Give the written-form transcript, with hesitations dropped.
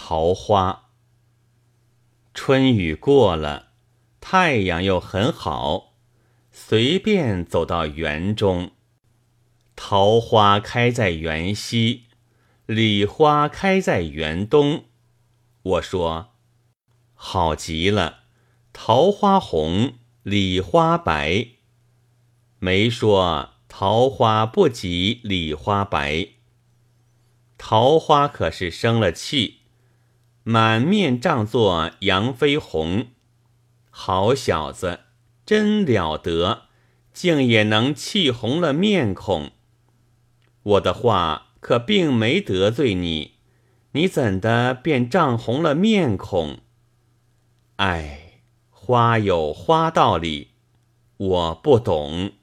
桃花。春雨过了，太阳又很好，随便走到园中，桃花开在园西，李花开在园东。我说好极了，桃花红，李花白。没说桃花不及李花白。桃花可是生了气，满面胀作杨飞红。好小子，真了得，竟也能气红了面孔。我的话可并没得罪你，你怎的便涨红了面孔？哎，花有花道理，我不懂。